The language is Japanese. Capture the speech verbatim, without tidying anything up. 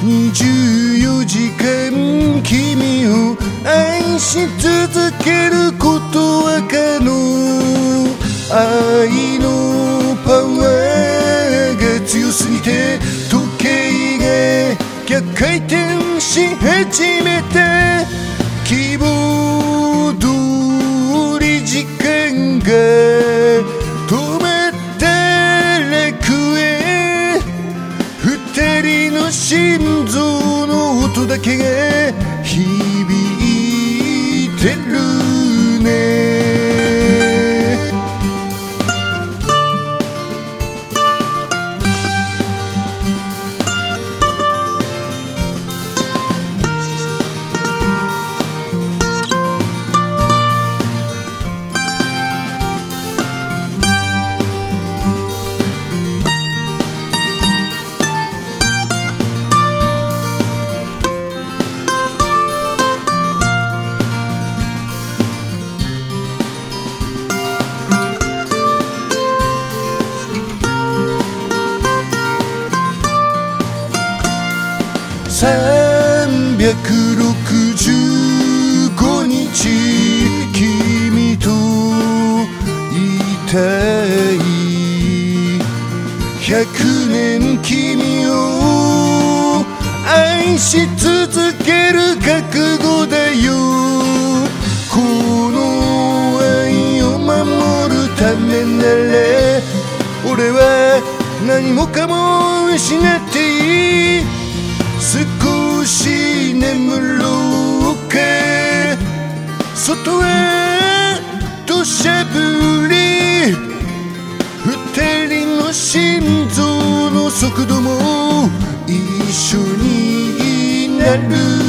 にじゅうよじかん君を愛し続けることは可能。愛のパワーが強すぎて時計が逆回転し始めた。希望通り時間が止まった楽園。二人の心臓の音だけが響いてるね。さんびゃくろくじゅうごにち君といたい。ひゃくねん君を愛し続ける覚悟だよ。この愛を守るためなら俺は何もかも失っていい。少し眠ろうか。外は土砂降り。二人の心臓の速度も一緒になる。